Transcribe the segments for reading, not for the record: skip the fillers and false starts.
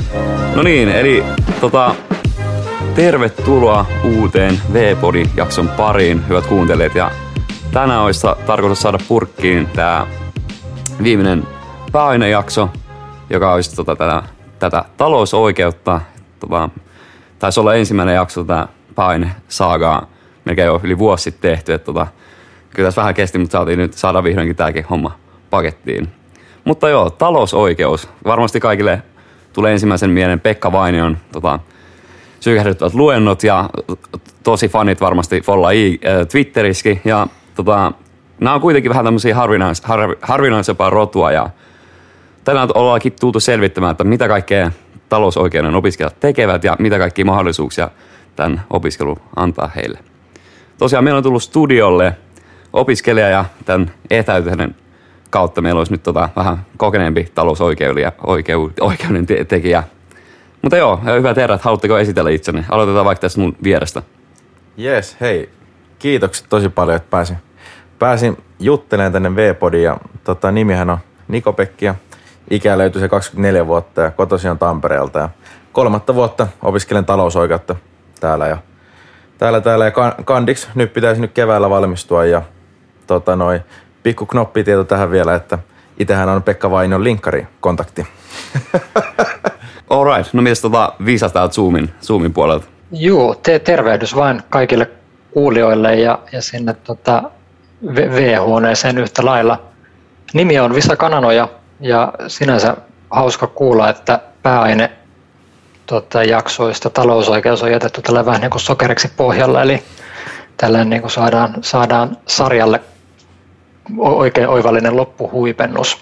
No niin, eli tervetuloa uuteen V-podin jakson pariin, hyvät kuuntelijat. Ja tänään olisi tarkoitus saada purkkiin tämä viimeinen pääainejakso, joka olisi tätä talousoikeutta. Taisi olla ensimmäinen jakso tätä pääainesaagaa, melkein jo yli vuosi sitten tehty. Kyllä tässä vähän kesti, mutta saatiin nyt saada vihdoinkin tämäkin homma pakettiin. Mutta joo, talousoikeus. Varmasti kaikille tulee ensimmäisen mielen Pekka Vainion sykähdyttävät luennot ja tosi fanit varmasti follaa Twitterissäkin. Ja nämä on kuitenkin vähän tämmöisiä harvinaisempaa rotua ja tänään ollaankin tultu selvittämään, että mitä kaikkea talousoikeuden opiskelijat tekevät ja mitä kaikkia mahdollisuuksia tämän opiskelu antaa heille. Tosiaan meillä on tullut studiolle opiskelija ja tämän etäyteyden kautta meillä olisi nyt vähän kokeneempi talousoikeuden tekijä. Mutta joo, hyvät herrat, haluatteko esitellä itsenne? Aloitetaan vaikka tästä mun vierestä. Jes, hei. Kiitokset tosi paljon, että pääsin juttelemaan tänne V-podiin ja nimihän on Niko Pekki ja ikää löytyy se 24 vuotta ja kotoisin on Tampereelta ja 3 vuotta opiskelen talousoikeutta täällä ja kandiksi nyt pitäisi keväällä valmistua ja pikku knoppitieto tähän vielä, että itsehän on Pekka Vainion linkkarikontakti. Alright, no mitäs Visa täältä Zoomin puolelta? Joo, tervehdys vain kaikille kuulijoille ja sinne V-huoneeseen yhtä lailla. Nimi on Visa Kananoja ja sinänsä hauska kuulla, että pääaine jaksoista talousoikeus on jätetty tällä vähän niin kuin sokeriksi pohjalla, eli tällainen niin kuin saadaan sarjalle oikein oivallinen loppuhuipennus.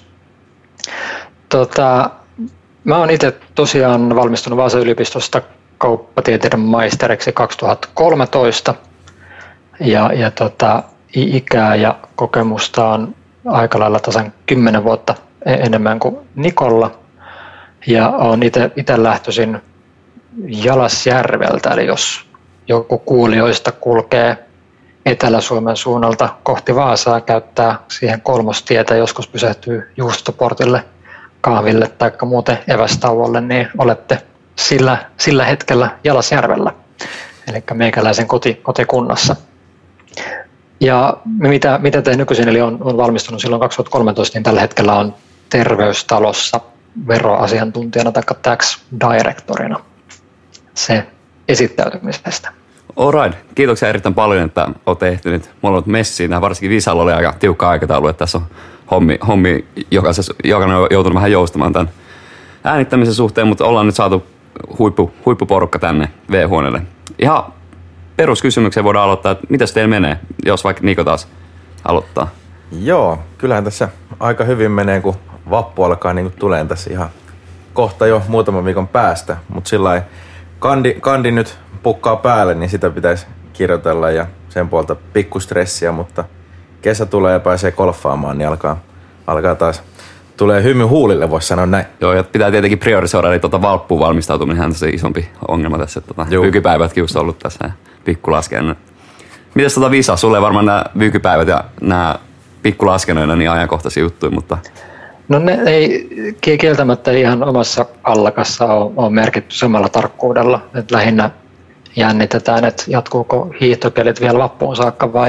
Mä oon itse tosiaan valmistunut Vaasan yliopistosta kauppatieteiden maisteriksi 2013 ja ikää ja kokemusta on aika lailla tasan 10 vuotta enemmän kuin Nikolla ja oon itse lähtöisin Jalasjärveltä, eli jos joku kuulijoista kulkee Etelä-Suomen suunnalta kohti Vaasaa, käyttää siihen Kolmostietä, joskus pysähtyy Juustoportille, kahville tai muuten evästauolle, niin olette sillä hetkellä Jalasjärvellä, eli meikäläisen kotikunnassa. Ja mitä tein nykyisin, eli on valmistunut silloin 2013, niin tällä hetkellä on Terveystalossa veroasiantuntijana tai tax directorina. Se esittäytymisestä. Alright, kiitoksia erittäin paljon, että olette ehtineet molemmat messiin. Varsinkin Visalla oli aika tiukka aikataulu, että tässä on hommi jokainen on joutunut vähän joustamaan tämän äänittämisen suhteen, mutta ollaan nyt saatu huippuporukka tänne V-huoneelle. Ihan peruskysymykseen voidaan aloittaa, että mitäs teillä menee, jos vaikka Niko taas aloittaa? Joo, kyllähän tässä aika hyvin menee, kun vappu alkaa niin kuin tulee tässä ihan kohta jo muutaman viikon päästä, mutta sillä kandi nyt pukkaa päälle, niin sitä pitäisi kirjoitella ja sen puolta pikkustressiä, mutta kesä tulee ja pääsee golfaamaan, niin alkaa taas tulee hymy huulille, voisi sanoa näin. Joo, ja pitää tietenkin priorisoida, eli valppuun valmistautuminen on se isompi ongelma tässä, että vyykypäivätkin just ollut tässä ja pikkulaskennoilla. Mites Visa, sulle varmaan nämä vyykypäivät ja nämä pikkulaskennoilla niin ajankohtaisia juttuja, mutta... No ne ei kieltämättä ihan omassa allakassa ole merkitty samalla tarkkuudella, että lähinnä jännitetään, että jatkuuko hiihtokelit vielä vappuun saakka vai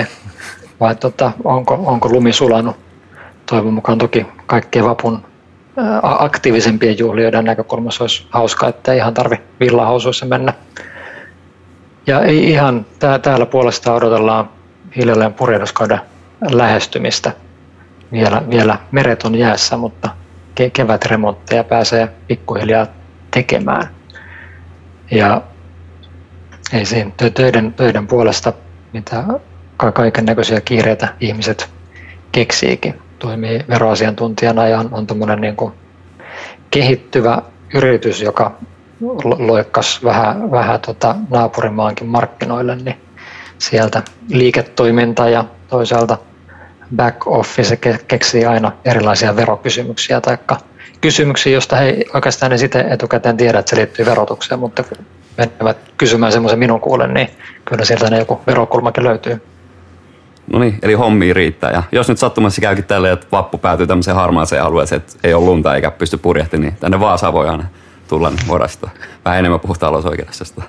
onko lumi sulanut. Toivon mukaan toki kaikkien vapun aktiivisempien juhlijoiden näkökulmassa olisi hauska, että ei ihan tarvi villahousuissa mennä. Ja ei ihan täällä puolestaan odotellaan hiljalleen purjehduskauden lähestymistä. Vielä meret on jäässä, mutta kevätremontteja pääsee pikkuhiljaa tekemään. Ja ei siinä töiden puolesta, mitä kaiken näköisiä kiireitä ihmiset keksiikin. Toimii veroasiantuntijana ja on tommoinen niin kuin kehittyvä yritys, joka loikkasi vähän naapurimaankin markkinoille, niin sieltä liiketoiminta ja toisaalta back office keksii aina erilaisia verokysymyksiä tai kysymyksiä, joista he oikeastaan ei sitten etukäteen tiedä, että se liittyy verotukseen, mutta kun menevät kysymään semmoisen minun kuulen, niin kyllä sieltä ne joku verokulmakin löytyy. No niin, eli hommia riittää. Ja jos nyt sattumassa käykin tälleen, että vappu päätyy tämmöiseen harmaaseen alueeseen, että ei ole lunta eikä pysty purjehtimaan, niin tänne Vaasaan voi aina tulla, niin voidaan sitä vähän enemmän puhua talousoikeudesta.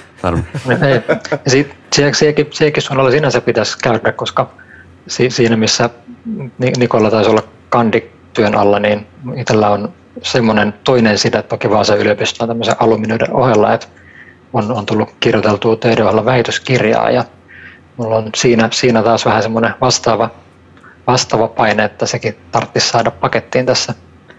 Sekin sun olla sinänsä pitäisi käydä, koska siinä missä Nikolla taisi olla kandityön alla, niin itsellä on semmoinen toinen side toki Vaasan yliopistoon tämmöisen alumnioiden ohella, että on tullut kirjoiteltua töiden ohella väitöskirjaa ja mulla on siinä taas vähän semmoinen vastaava paine, että sekin tarvitsisi saada pakettiin tässä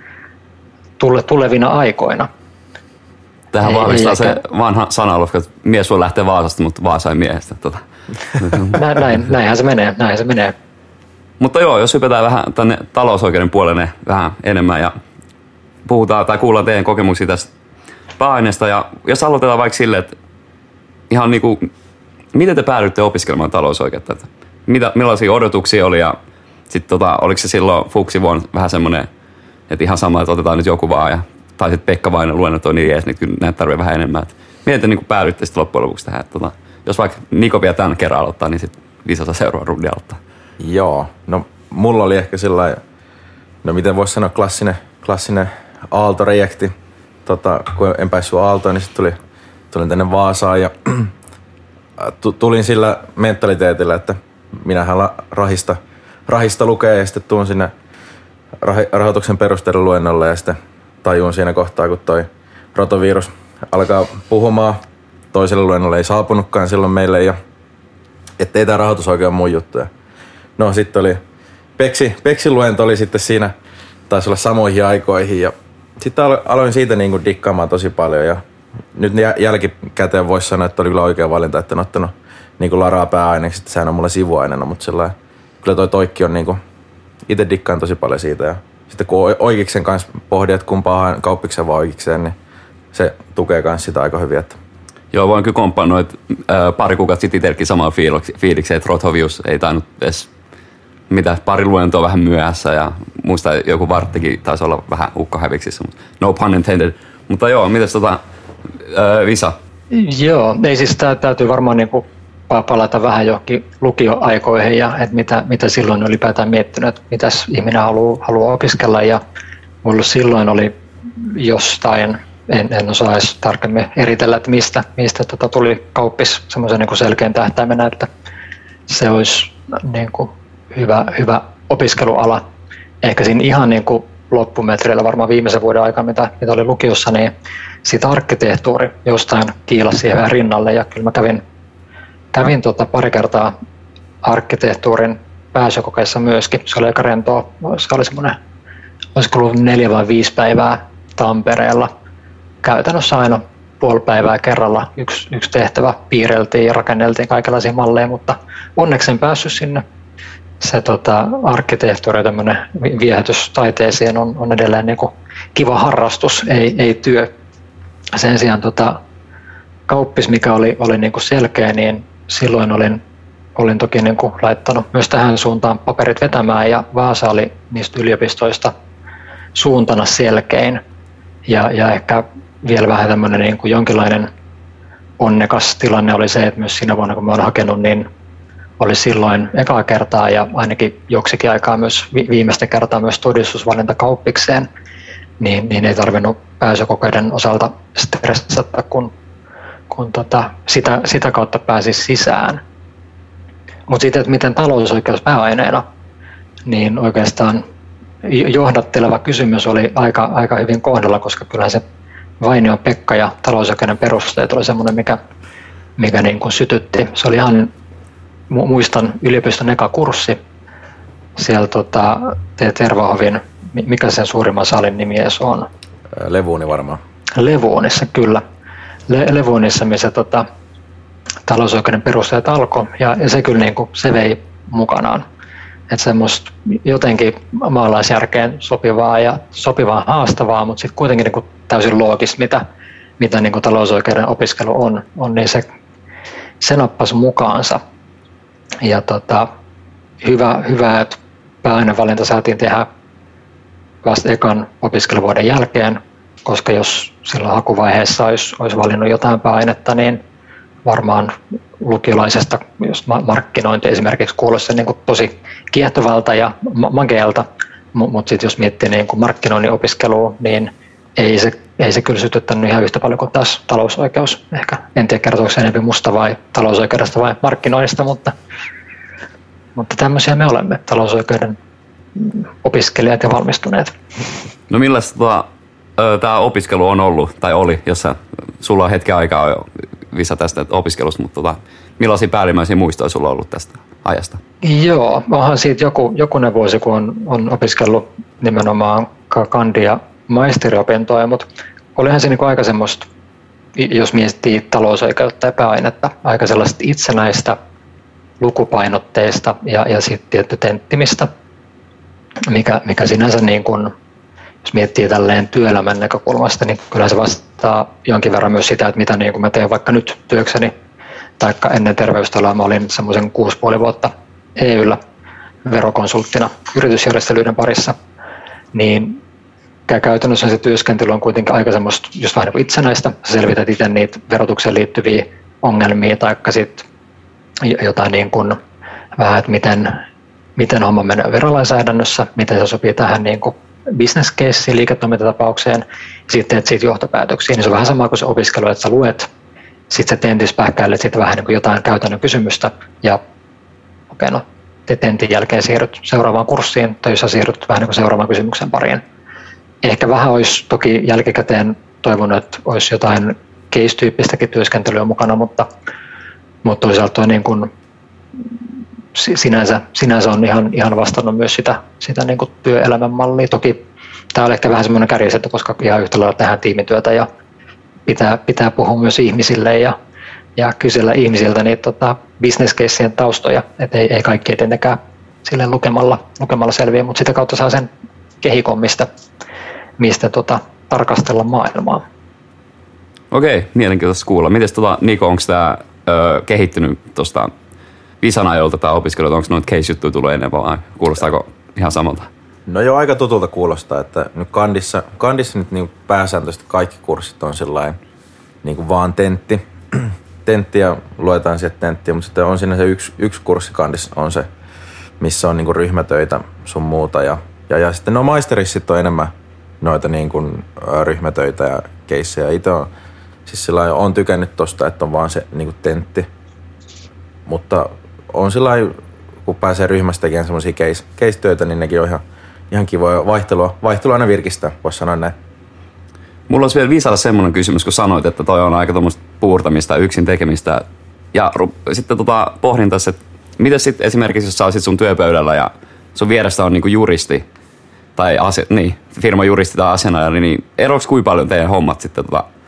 tulevina aikoina. Tähän vahvistaa se vanha sanalufka, että mies voi lähteä Vaasasta, mutta Vaasa ei miehestä. Näinhän se menee. Mutta joo, jos hypätään vähän tänne talousoikeuden puolelle vähän enemmän ja puhutaan tai kuullaan teidän kokemuksia tästä pääaineesta. Ja jos aloitetaan vaikka silleen, että ihan niinku, miten te päädyitte opiskelemaan talousoikeutta? Millaisia odotuksia oli ja sitten oliko se silloin fuksi vuonna vähän semmoinen, että ihan sama, että otetaan nyt joku vaan ja tai sitten Pekka Vainen luennot on niin jees, niin kyllä näitä tarvitsee vähän enemmän. Miten te niin päädyitte sitten loppujen lopuksi tähän? Jos vaikka Niko vielä tämän kerran aloittaa, niin sitten Liisa saa seuraavan rundin aloittaa. Joo, no mulla oli ehkä sellainen, no miten voisi sanoa, klassinen Aalto-rejekti. Kun en päässyt Aaltoon, niin sitten tulin tänne Vaasaan ja tulin sillä mentaliteetillä, että minähän rahista lukee ja sitten tuun sinne rahoituksen perusteella luennolle ja sitten tajuun siinä kohtaa, kun toi rotavirus alkaa puhumaan. Toiselle luennolle ei saapunutkaan silloin meille ja ettei tää rahoitus oikein ole mun juttuja. No sitten oli Peksin luento oli sitten siinä, taisi olla samoihin aikoihin ja sitten aloin siitä niinku dikkaamaan tosi paljon ja nyt jälkikäteen voisi sanoa, että oli kyllä oikea valinta, että en ottanut niinku Laraa pääaineeksi, että sehän on mulla sivuaineena, mutta sellainen, kyllä toi Toikki on niinku, itse dikkaan tosi paljon siitä ja sitten kun oikeiksen kanssa pohdin, että kumpaa kauppiksen vai oikeikseen, niin se tukee myös sitä aika hyvin. Että. Joo, voin kyllä komppaa noit pari kuukautta sitten itsellekin samaa fiilikseen, että Rothovius ei tainnut edes pari luentoa vähän myöhässä ja muista joku varttikin taisi olla vähän ukkohäviksissä, no pun intended. Mutta joo, mites Visa? Joo, ei siis täytyy varmaan niinku palata vähän johonkin lukioaikoihin ja että mitä silloin ylipäätään miettinyt, että mitäs ihminen haluaa opiskella ja mulla silloin oli jostain, en osaa edes tarkemmin eritellä, että mistä tuli kauppis semmoisen niin selkeän tähtäimenä, että se olisi niin kuin hyvä opiskeluala. Ehkä siinä ihan niin kuin loppumetreillä varmaan viimeisen vuoden aikana, mitä oli lukiossa, niin siitä arkkitehtuuri jostain kiilasi siihen vähän rinnalle ja kyllä mä kävin pari kertaa arkkitehtuurin pääsykokeissa myöskin. Se oli aika rentoa. Se oli semmoinen, olisiko ollut 4 vai 5 päivää Tampereella. Käytännössä aina puoli päivää kerralla yksi tehtävä piirreltiin ja rakenneltiin kaikenlaisia malleja, mutta onneksi en päässyt sinne. Se arkkitehtuuri ja tämmöinen viehätystaiteeseen on edelleen niin kuin kiva harrastus, ei työ. Sen sijaan kauppis, mikä oli niin kuin selkeä, niin silloin olin toki niin kuin laittanut myös tähän suuntaan paperit vetämään ja Vaasa oli niistä yliopistoista suuntana selkein. Ja ehkä vielä vähän tämmöinen niin kuin jonkinlainen onnekas tilanne oli se, että myös siinä vuonna kun mä olen hakenut, niin oli silloin ekaa kertaa ja ainakin joksikin aikaa myös viimeistä kertaa myös todistusvalinta kauppikseen, niin ei tarvinnut pääsykokeiden osalta stressata, kun sitä kautta pääsisi sisään. Mutta sitten, että miten talousoikeus pääaineena, niin oikeastaan johdatteleva kysymys oli aika hyvin kohdalla, koska kyllähän se Vainion Pekka ja talousoikeuden perusteet oli semmoinen, mikä niin kuin sytytti. Se oli ihan, muistan yliopiston eka kurssi siellä Tervahovin, mikä sen suurimman salin nimi edes on? Levuuni varmaan. Levuunissa, kyllä. Levuunissa, missä talousoikeuden perusteet alkoi ja se kyllä niin kuin, se vei mukanaan. Että semmoista jotenkin maalaisjärkeen sopivaa ja sopivaa haastavaa, mutta sitten kuitenkin niin kuin täysin loogista, mitä niin kuin talousoikeuden opiskelu on niin se nappasi mukaansa. Ja hyvä, että pääainevalinta saatiin tehdä vasta ekan opiskeluvuoden jälkeen, koska jos silloin hakuvaiheessa olisi valinnut jotain pääainetta, niin varmaan lukiolaisesta, jos markkinointi esimerkiksi kuulosti niin kuin tosi kiehtovalta ja magealta, mutta sitten jos miettii niin kuin markkinoinnin opiskelua, niin ei se kyllä sytyttänyt ihan yhtä paljon kuin taas talousoikeus. Ehkä en tiedä kertooko se enemmän musta vai talousoikeudesta vai markkinoinnista, mutta tämmöisiä me olemme, talousoikeuden opiskelijat ja valmistuneet. No millaista tämä opiskelu on ollut, tai oli, jos sulla on hetken aikaa jo Visa tästä opiskelusta, mutta millaisia päällimmäisiä muistoja sulla on ollut tästä ajasta? Joo, onhan siitä jokunen vuosi, kun on opiskellut nimenomaan kandi- ja maisteriopintoja, mutta olihan se niin aika semmoista, jos miettii talousoikeutta ja pääainetta, aika sellaista itsenäistä lukupainotteista ja sitten tietty tenttimistä, mikä sinänsä niin kun, jos miettii tälleen työelämän näkökulmasta, niin kyllä se vastaa jonkin verran myös sitä, että mitä niin kun mä teen vaikka nyt työkseni, taikka ennen terveystaloa mä olin semmoisen 6,5 vuotta EYllä verokonsulttina yritysjärjestelyiden parissa, niin käytännössä se työskentely on kuitenkin aika semmoista just vähän niin kuin itsenäistä. Sä selvität itse niitä verotukseen liittyviä ongelmia, taikka sitten jotain niin kuin vähän, että miten homma menee verolainsäädännössä, miten se sopii tähän niin kuin business caseen, liiketoimintatapaukseen, ja sitten teet siitä johtopäätöksiä. Niin se on vähän sama kuin se opiskelu, että sä luet, sitten sä tentis pähkäilet sitten vähän niin kuin jotain käytännön kysymystä, ja okei, no te tentin jälkeen siirryt seuraavaan kurssiin, tai jos sä siirryt vähän niin kuin seuraavaan kysymyksen pariin. Ehkä vähän olisi toki jälkikäteen toivonut, että olisi jotain case-tyyppistäkin työskentelyä mukana, mutta toisaalta niin kuin sinänsä on ihan vastannut myös sitä niin kuin työelämän mallia. Toki tämä on ehkä vähän semmoinen kärjistetty, koska ihan yhtä lailla tehdään tiimityötä ja pitää puhua myös ihmisille ja kysellä ihmisiltä niitä business caseien taustoja, että ei kaikki tietenkään sille lukemalla selviä, mutta sitä kautta saa sen kehikon, mistä tarkastella maailmaa. Okei, mielenkiintoista kuulla. Mites Niko, onko tämä kehittynyt tuosta Visan ajolta tämä opiskelu, onko noita case-juttuja tullut ennen vai kuulostaako ihan samalta? No joo, aika tutulta kuulostaa, että nyt kandissa nyt niin pääsääntöisesti kaikki kurssit on sellainen niin kuin vaan tentti ja luetaan sieltä tenttiä, mutta sitten on siinä se yksi kurssi kandissa on se, missä on niin kuin ryhmätöitä sun muuta ja sitten no maisterissa on enemmän noita niin kuin ryhmätöitä ja keissejä. Itse on tykännyt tosta, että on vaan se niin kuin tentti, mutta on sellainen, kun pääsee ryhmästä tekemään semmoisia case-töitä, niin nekin on ihan kivoja vaihtelua aina virkistää, voisi sanoa näin. Mulla olisi vielä Visalle semmoinen kysymys, kun sanoit, että toi on aika tuommoista puurtamista, yksin tekemistä. Ja sitten pohdin tässä, että miten sitten esimerkiksi, jos sä olisit sun työpöydällä ja sun vierestä on niinku juristi, tai firman juristi tai asianajaja, niin eroksi kuinka paljon teidän hommat sitten,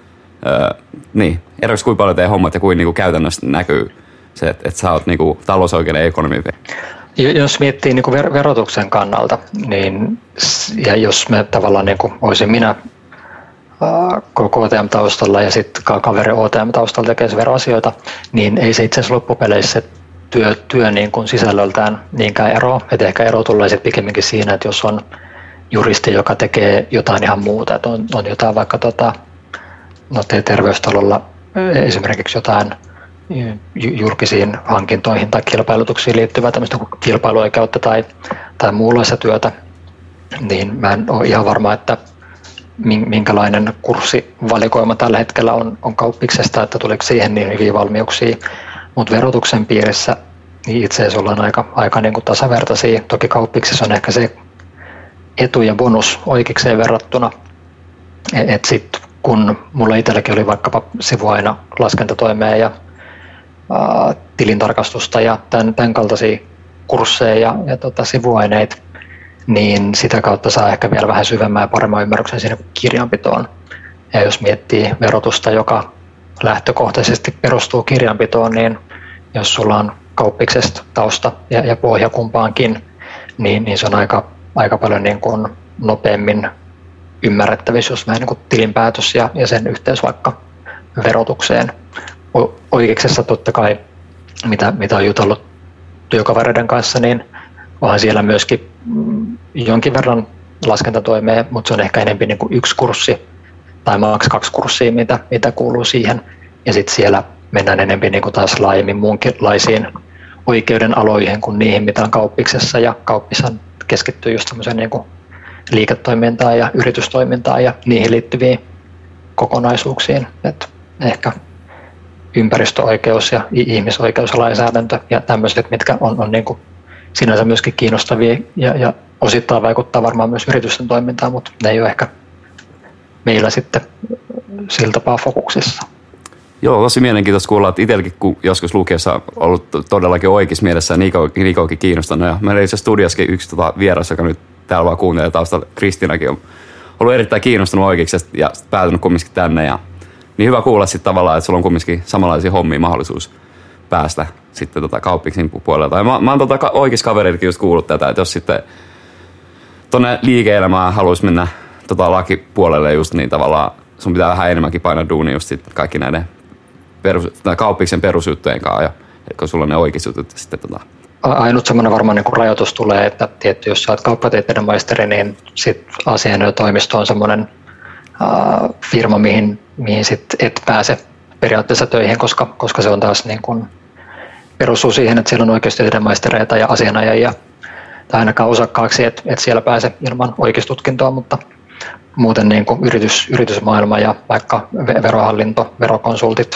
eroksi kuinka paljon teidän hommat ja kuin niinku käytännössä näkyy se, että sä oot niinku talousoikeuden ekonomi? Jos miettii niinku verotuksen kannalta, niin ja jos me tavallaan niinku olisin minä KTM-taustalla ja sitten kaveri OTM-taustalla tekee veroasioita, niin ei se itse asiassa loppupeleissä työ niin kuin sisällöltään niinkään eroa. Et ehkä ero tulee sitten pikemminkin siinä, että jos on juristi, joka tekee jotain ihan muuta, että on jotain vaikka terveystalolla esimerkiksi jotain julkisiin hankintoihin tai kilpailutuksiin liittyvää tämmöistä kilpailuoikeutta tai muunlaista työtä, niin mä en ole ihan varma, että minkälainen kurssivalikoima tällä hetkellä on kauppiksesta, että tuliko siihen niin hyviä valmiuksia. Mutta verotuksen piirissä niin itse asiassa ollaan aika niin kuin tasavertaisia. Toki kauppiksessa on ehkä se etu ja bonus oikeikseen verrattuna. Et sit, kun mulla itselläkin oli vaikkapa sivuaina laskentatoimea ja tilintarkastusta ja tämän kaltaisia kursseja ja sivuaineita, niin sitä kautta saa ehkä vielä vähän syvemmän ja paremman ymmärryksen siinä kirjanpitoon. Ja jos miettii verotusta, joka lähtökohtaisesti perustuu kirjanpitoon, niin jos sulla on kauppiksesta tausta ja pohja kumpaankin, niin se on aika paljon niin kuin nopeammin ymmärrettävissä, jos vähän niin kuin tilinpäätös ja sen yhteys vaikka verotukseen. Oikeiksessa totta kai, mitä on jutellut työkavereiden kanssa, niin onhan siellä myöskin jonkin verran laskentatoimea, mutta se on ehkä enemmän niin kuin yksi kurssi tai maks 2 kurssia, mitä kuuluu siihen. Ja sitten siellä mennään enemmän niin kuin taas laajemmin muunkinlaisiin oikeuden aloihin kuin niihin, mitä on kauppiksessa. Ja kauppishan keskittyy just tämmöiseen niin kuin liiketoimintaan ja yritystoimintaan ja niihin liittyviin kokonaisuuksiin. Et ehkä ympäristöoikeus ja ihmisoikeuslainsäädäntö ja tämmöiset, mitkä on niin kuin sinänsä myöskin kiinnostavia ja osittain vaikuttaa varmaan myös yritysten toimintaan, mutta ne ei ole ehkä meillä sitten sillä tapaa fokuksessa. Joo, tosi mielenkiintoista kuulla, että itselläkin kun joskus lukiessa on ollut todellakin oikeassa mielessä Nikokin kiinnostanut. Ja meillä oli itse studiossakin yksi vieras, joka nyt täällä vaan kuuntelee taustalla. Kristiinakin on ollut erittäin kiinnostunut oikeiksi ja päätynyt kumminkin tänne. Ja niin hyvä kuulla sitten tavallaan, että sulla on kumminkin samanlaisia hommia mahdollisuus päästä sitten kauppiksin puolelta. Ja mä oon oikeissa kavereillekin just kuullut tätä, että jos sitten tuonne liike-elämään haluaisi mennä lakipuolelle just niin tavallaan, sun pitää vähän enemmänkin painaa duunia just sit kaikki näiden kauppiksen perusjuttujen kanssa, ja kun sulla on ne oikeat jutut sitten Ainut semmoinen varmaan niin rajoitus tulee, että tietty, jos sä oot kauppatieteiden maisteri, niin sit asianajotoimisto on semmoinen firma, mihin sit et pääse periaatteessa töihin, koska se on taas niin kuin perustuu siihen, että siellä on oikeustieteiden maistereita ja asianajajia, tai ainakaan osakkaaksi, että siellä pääse ilman oikeustutkintoa, mutta muuten niin kuin yritysmaailma ja vaikka verohallinto, verokonsultit,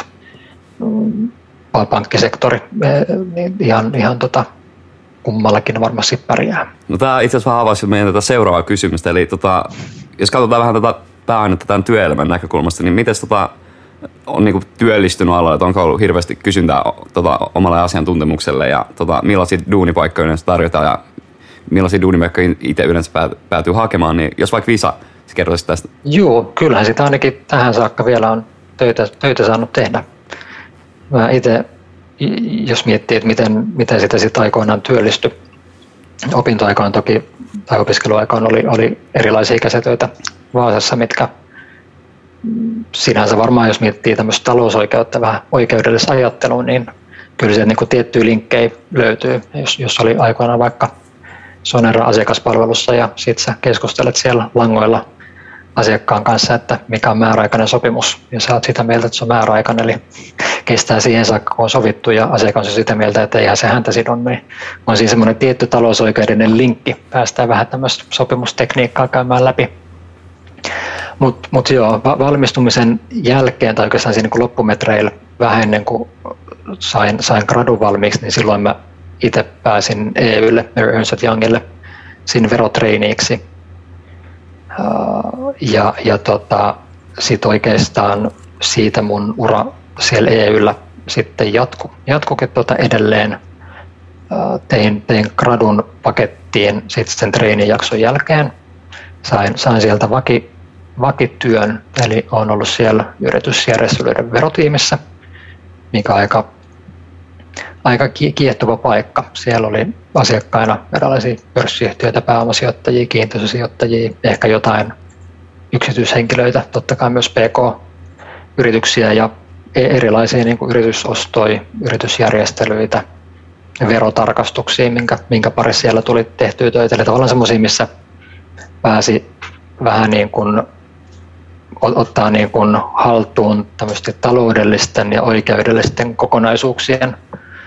pankkisektori, niin ihan kummallakin varmasti pärjää. No tämä itse asiassa vähän avasi meidän tätä seuraavaa kysymystä, eli jos katsotaan vähän tätä pääainetta tämän työelämän näkökulmasta, niin miten on niinku työllistynyt alalla, että onko ollut hirveästi kysyntää omalle asiantuntemukselle ja millaisia duunipaikkoja yleensä tarjotaan ja millaisia duunipaikkoja itse yleensä päätyy hakemaan, niin jos vaikka Visa kertoisi tästä. Joo, kyllähän sitä ainakin tähän saakka vielä on töitä saanut tehdä. Mä itse, jos miettii, että miten sitä sitten aikoinaan työllistyi, opintoaikaan toki, tai opiskeluaikaan oli erilaisia käsitöitä Vaasassa, mitkä sinänsä varmaan, jos miettii tämmöistä talousoikeutta, vähän oikeudellista ajattelua, niin kyllä sieltä niin tiettyjä linkkejä löytyy. Jos oli aikoinaan vaikka Sonera asiakaspalvelussa ja sitten sä keskustelet siellä langoilla asiakkaan kanssa, että mikä on määräaikainen sopimus, ja sä oot sitä mieltä, että se on määräaikainen, eli kestää siihen saakka, kun on sovittu, ja asiakas on sitä mieltä, että eihän se häntä sidon, niin on siinä semmoinen tietty talousoikeudellinen linkki, päästään vähän tämmöistä sopimustekniikkaa käymään läpi. Mut joo, valmistumisen jälkeen, tai oikeastaan siinä niin loppumetreillä vähän ennen kuin sain gradun valmiiksi, niin silloin mä itse pääsin EYlle, Ernst & Youngille, siinä verotreiniiksi. Ja sitten oikeastaan siitä mun ura siellä EYllä sitten jatkukin edelleen. Tein gradun pakettiin sitten sen treenijakson jälkeen. Sain sieltä vakityön, eli olen ollut siellä yritysjärjestelyiden verotiimissä, mikä aika kiehtova paikka. Siellä oli asiakkaina erilaisia pörssiyhtiöitä, pääomasijoittajia, kiinteistösijoittajia, ehkä jotain yksityishenkilöitä, totta kai myös PK-yrityksiä ja erilaisia niin kuin yritysostoja, yritysjärjestelyitä, verotarkastuksia, minkä parissa siellä tuli tehtyä töitä. Eli tavallaan semmoisia, missä pääsi vähän niin kuin ottaa niin kuin haltuun tämmöisten taloudellisten ja oikeudellisten kokonaisuuksien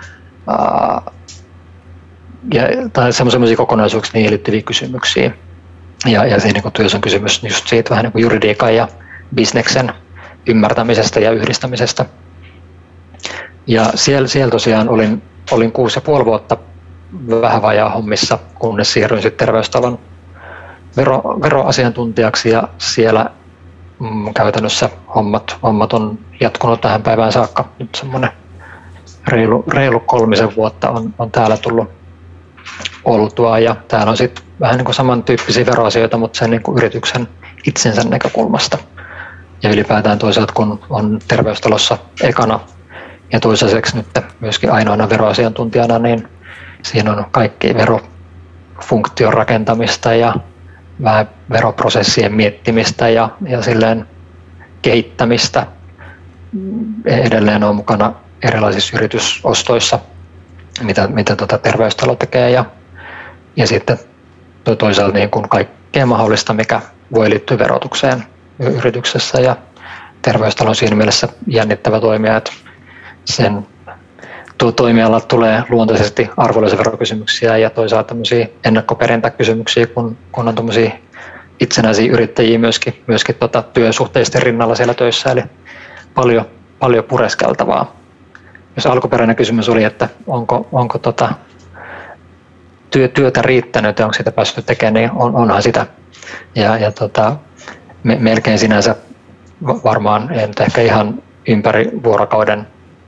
tai semmoisia kokonaisuuksia, niihin liittyviä kysymyksiä. Ja siinä niin työssä on kysymys just siitä vähän niin kuin juridiikan ja bisneksen ymmärtämisestä ja yhdistämisestä. Ja siellä tosiaan olin 6,5 vuotta vähän vajaa hommissa, kunnes siirryin sitten terveystalon veroasiantuntijaksi, ja siellä käytännössä hommat on jatkunut tähän päivään saakka. Nyt semmoinen reilu 3 vuotta on täällä tullut oltua, ja täällä on sitten vähän niin kuin samantyyppisiä veroasioita, mutta sen niin kuin yrityksen itsensä näkökulmasta. Ja ylipäätään toisaalta, kun on terveystalossa ekana ja toisaiseksi nyt myöskin ainoana veroasiantuntijana, niin siinä on kaikki verofunktion rakentamista ja vähän veroprosessien miettimistä ja silleen kehittämistä. Edelleen on mukana erilaisissa yritysostoissa, mitä terveystalo tekee, ja sitten toisaalta niin kuin kaikkea mahdollista, mikä voi liittyä verotukseen yrityksessä, ja terveystalo on siinä mielessä jännittävä toimija, että sen toimialat tulee luontaisesti arvonlisäverokysymyksiä ja toisaalta tämmöisiä ennakkoperintäkysymyksiä, kun on tämmöisiä itsenäisiä yrittäjiä myöskin työsuhteisten rinnalla siellä töissä, eli paljon pureskeltavaa. Jos alkuperäinen kysymys oli, että onko työtä riittänyt ja onko sitä päässyt tekemään, niin onhan sitä. Ja melkein sinänsä varmaan ei nyt ehkä ihan ympäri vuorokauden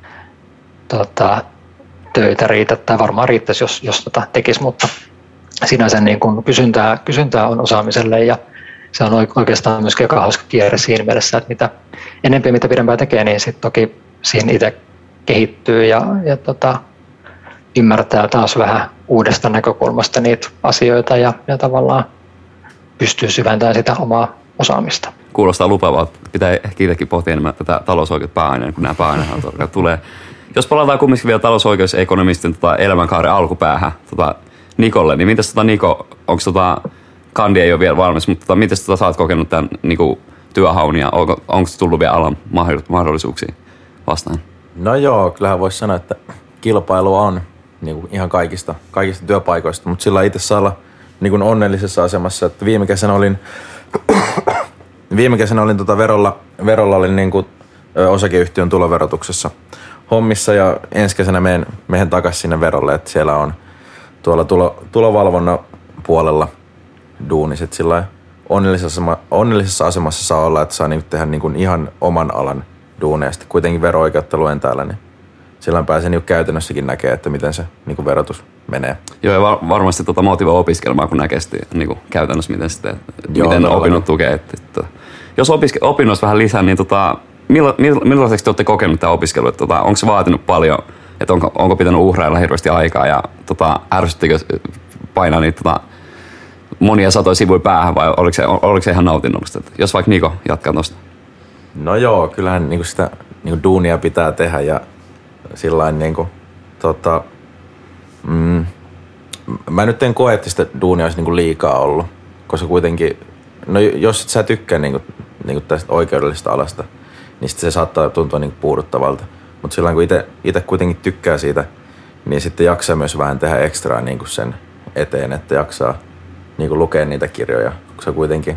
töitä riitä, tai varmaan riittäisi, jos tekisi, mutta sinänsä niin kun kysyntää on osaamiselle, ja se on oikeastaan myös aika hauska kierre siinä mielessä, että mitä enemmän mitä pidempään tekee, niin sitten toki siinä itse kehittyy ja ymmärtää taas vähän uudesta näkökulmasta niitä asioita ja tavallaan pystyy syventämään sitä omaa osaamista. Kuulostaa lupaavalta. Pitää ehkä itsekin pohtia enemmän tätä talousoikeutta pääaineena, kun nämä pääaineet tulee. Jos palataan kumminkin vielä talousoikeusekonomistin elämänkaaren alkupäähän Nikolle, niin mitäs Niko, onko kandi ei ole vielä valmis, mutta miten sä oot kokenut tämän työhaun ja onko tullut vielä alan mahdollisuuksia vastaan? No joo, kyllähän voisi sanoa, että kilpailua on niin ihan kaikista työpaikoista, mutta sillä itse saa olla niin onnellisessa asemassa, että viime kesänä olin verolla olin niin kuin osakeyhtiön tuloverotuksessa hommissa ja ensi kesänä menen takaisin sinne verolle, että siellä on tuolla tulovalvonnan puolella duuniset sillä onnellisessa asemassa saa olla, että saa niin tehdä niin ihan oman alan duuneja. Sitten kuitenkin vero-oikeutta luen täällä, niin silloin pääsee niin käytännössäkin näkee, että miten se niin verotus menee. Joo, ja varmasti motivoi opiskelemaan, kun näkee sitten niin käytännössä, miten opinnot tukee. Jos opinnoissa vähän lisää, niin millaiseksi te olette kokenut tämä opiskelu? Onko se vaatinut paljon, että onko pitänyt uhrailla hirveästi aikaa ja ärsyttikö painaa niitä monia satoja sivuja päähän vai oliko se ihan nautinnollista? Jos vaikka Niko jatkaa tuosta. No joo, kyllähän niinku sitä niinku duunia pitää tehdä ja sillain niinku mä nyt en koe, että sitä duunia olisi niinku liikaa ollut, koska kuitenkin, no jos et sä tykkää niinku tästä oikeudellisesta alasta, niin sitten se saattaa tuntua niinku puuduttavalta. Mutta silloin kun itse kuitenkin tykkää siitä, niin sitten jaksaa myös vähän tehdä ekstraa niinku sen eteen, että jaksaa niinku lukea niitä kirjoja, koska se kuitenkin,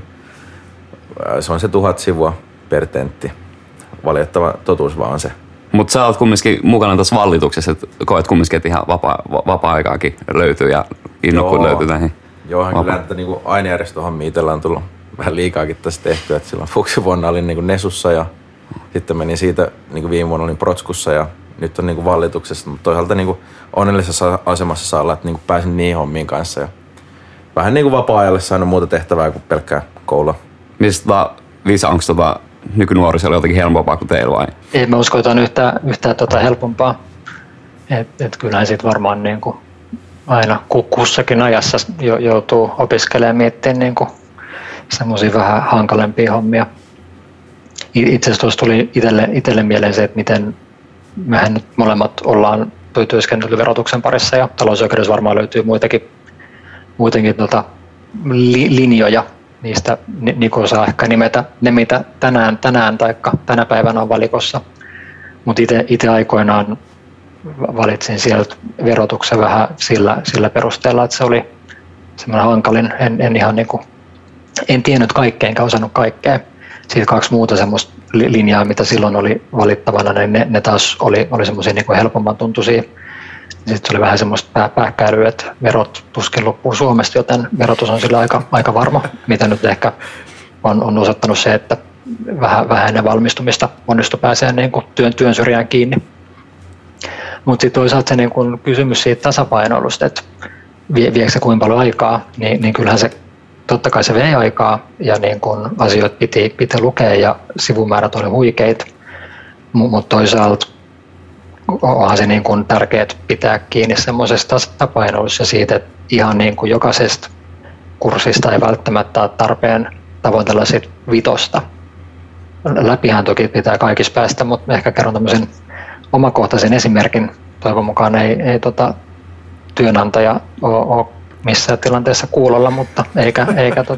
se on se 1000 sivua per tentti. Valitettava totuus vaan on se. Mutta sä oot kumminkin mukana tässä vallituksessa, että koet kumminkin, että ihan vapaa-aikaakin löytyy ja innokkuut löytyy näihin. Joo, kyllä, että niinku ainejärjestöhommia itsellä on tullut vähän liikaakin tässä tehtyä. Että silloin fuksivuonna olin niinku Nesussa ja sitten menin siitä, niinku viime vuonna olin Protskussa ja nyt on niinku vallituksessa. Mutta toisaalta niinku onnellisessa asemassa saa olla, että niinku pääsin niihin hommiin kanssa. Ja vähän niinku vapaa-ajalle saanut muuta tehtävää kuin pelkkää koulua. Mistä Liisa, onko nykynuorisolla jotenkin helpompaa kuin teillä vai? Ei mä usko, että on yhtään helpompaa. Et kyllähän siitä varmaan niinku aina kussakin ajassa joutuu opiskelemaan ja miettimään niinku semmoisia vähän hankalempia hommia. Itse asiassa tuossa tuli itselle mieleen se, että miten mehän nyt molemmat ollaan työskennellyt verotuksen parissa ja talousoikeudessa varmaan löytyy muitakin linjoja. Niistä Niko saa ehkä nimetä ne, mitä tänään tai tänä päivänä on valikossa. Mutta itse aikoinaan valitsin sieltä verotuksen vähän sillä perusteella, että se oli semmoinen hankalin. En tiennyt kaikkea enkä osannut kaikkea. Siitä 2 muuta semmoista linjaa, mitä silloin oli valittavana, niin ne taas oli semmoisia niin helpomman tuntuisia. Sitten oli vähän semmoista pääkkäilyä, että verot tuskin loppuu Suomesta, joten verotus on sillä aika varma, mitä nyt ehkä on osoittanut se, että vähän ennen valmistumista onnistui pääsee niin kuin työn syrjään kiinni. Mutta sitten toisaalta se niin kuin kysymys siitä tasapainoilusta, että viekö se kuinka paljon aikaa, niin kyllähän se totta kai se vei aikaa ja niin kuin asioita piti lukea ja sivumäärät oli huikeita, mutta toisaalta onhan se niin kuin tärkeää pitää kiinni semmoisesta tasapainoilusta ja siitä, että ihan niin kuin jokaisesta kurssista ei välttämättä ole tarpeen tavoitella sit 5. Läpihän toki pitää kaikissa päästä, mutta ehkä kerron tämmöisen omakohtaisen esimerkin. Toivon mukaan ei työnantaja ole missään tilanteessa kuulolla, mutta eikä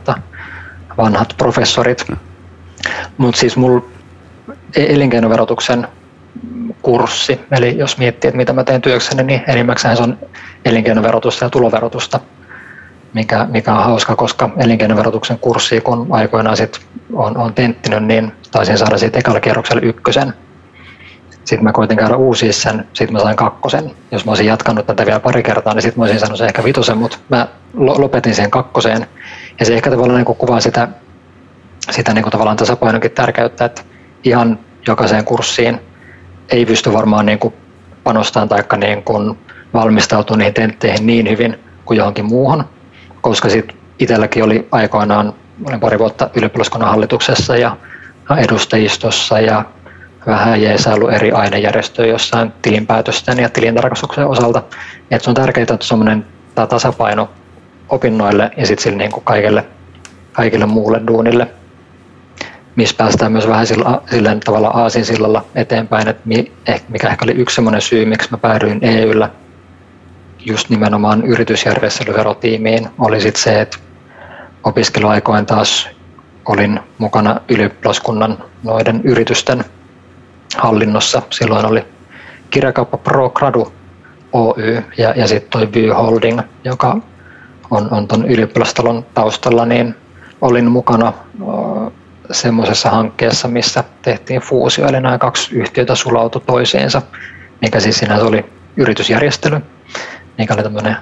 vanhat professorit. Mutta siis mulla elinkeinoverotuksen kurssi, eli jos miettii, että mitä mä teen työkseni, niin enimmäkseen se on elinkeinoverotusta ja tuloverotusta, mikä on hauska, koska elinkeinoverotuksen kurssi, kun aikoinaan sit on tenttinyt, niin taisin saada siitä ekalla kierroksella 1. Sitten mä koitin käydä uusia sen, sitten mä sain 2. Jos mä olisin jatkanut tätä vielä pari kertaa, niin sitten mä olisin saanut sen ehkä 5, mutta mä lopetin sen 2. Ja se ehkä tavallaan niin kuvaa sitä niin kuin tavallaan tasapainonkin tärkeyttä, että ihan jokaiseen kurssiin ei pysty varmaan niin kuin panostamaan tai niin kuin valmistautumaan niihin tentteihin niin hyvin kuin johonkin muuhun, koska sitten itselläkin oli aikoinaan, olin pari vuotta ylioppilaskunnan hallituksessa ja edustajistossa ja vähän jeesailu eri ainejärjestöjä jossain tilinpäätösten ja tilintarkastuksen osalta. Että se on tärkeää, että semmoinen tasapaino opinnoille ja sitten sille niin kuin kaikille muulle duunille, missä päästään myös vähän silleen tavalla aasinsillalla eteenpäin, että mikä ehkä oli yksi semmoinen syy, miksi mä päädyin EYllä just nimenomaan yritysjärjestelyverotiimiin, oli sitten se, että opiskeluaikoin taas olin mukana ylioppilaskunnan noiden yritysten hallinnossa. Silloin oli Kirjakauppa Pro Gradu Oy ja sitten toi Vy Holding, joka on ton ylioppilastalon taustalla, niin olin mukana semmoisessa hankkeessa, missä tehtiin fuusio, eli nämä 2 yhtiötä sulautui toisiinsa, mikä siis sinänsä oli yritysjärjestely, mikä oli tämmöinen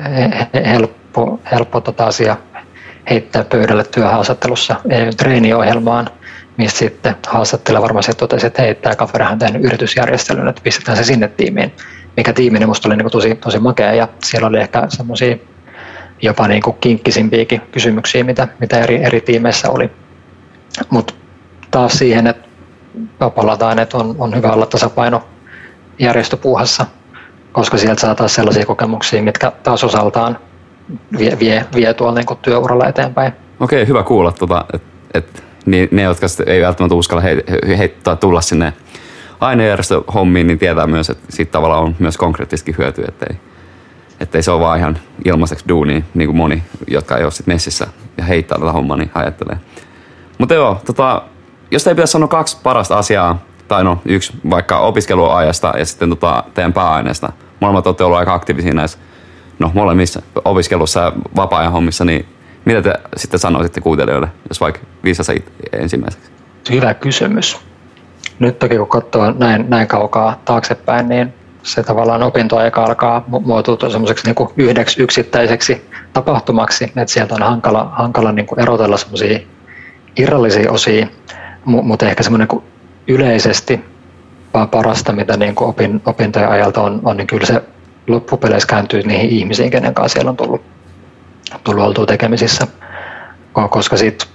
helppo asia heittää pöydälle työhaastattelussa treeniohjelmaan, mistä sitten haastattelija varmasti totesi, että hei, tämä kaverihan on tehnyt yritysjärjestelyn, että pistetään se sinne tiimiin, mikä tiimi musta oli niin tosi makea, ja siellä oli ehkä semmoisia jopa niin kuin kinkkisimpiäkin kysymyksiä, mitä eri tiimeissä oli. Mutta taas siihen, että palataan, että on hyvä olla tasapaino järjestöpuuhassa, koska sieltä saa taas sellaisia kokemuksia, mitkä taas osaltaan vie tuolla niin kuin työuralla eteenpäin. Okei, hyvä kuulla, että ne, jotka ei välttämättä uskalla tulla sinne ainejärjestöhommiin, niin tietää myös, että siitä tavallaan on myös konkreettisesti hyötyä, ettei se ole vaan ihan ilmaiseksi duunia, niin kuin moni, jotka ei ole sitten messissä ja heittää tätä hommaa, niin ajattelee. Mutta joo, jos ei pitäisi sanoa 2 parasta asiaa, tai no 1 vaikka opiskeluajasta ja sitten teidän pääaineesta, molemmat olette olleet aika aktiivisia näissä, no molemmissa opiskelussa ja vapaa-ajan hommissa, niin mitä te sitten sanoisitte kuuntelijoille, jos vaikka viisassa ensimmäiseksi? Hyvä kysymys. Nyt toki kun katsoo näin kaukaa taaksepäin, niin se tavallaan opintoaika alkaa muotoutua semmoiseksi niin kuin yhdeksi yksittäiseksi tapahtumaksi, että sieltä on hankala niin kuin erotella semmoisia irrallisia osia, mutta ehkä semmoinen niin yleisesti parasta, mitä niin kuin opintojen ajalta on, niin kyllä se loppupeleissä kääntyy niihin ihmisiin, kenen kanssa siellä on tullut oltua tekemisissä, koska sitten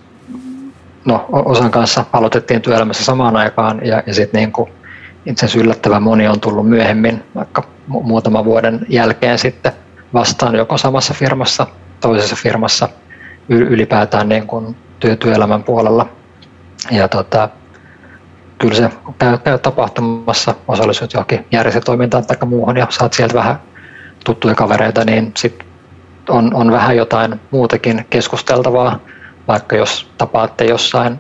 osan kanssa aloitettiin työelämässä samaan aikaan ja sitten niin kuin itse asiassa yllättävän moni on tullut myöhemmin, vaikka muutaman vuoden jälkeen sitten vastaan joko samassa firmassa, toisessa firmassa, ylipäätään niin kuin työelämän puolella. Ja kyllä se, kun käy tapahtumassa, osallistut johonkin järjestötoimintaan tai muuhun ja saat sieltä vähän tuttuja kavereita, niin sitten on vähän jotain muutakin keskusteltavaa, vaikka jos tapaatte jossain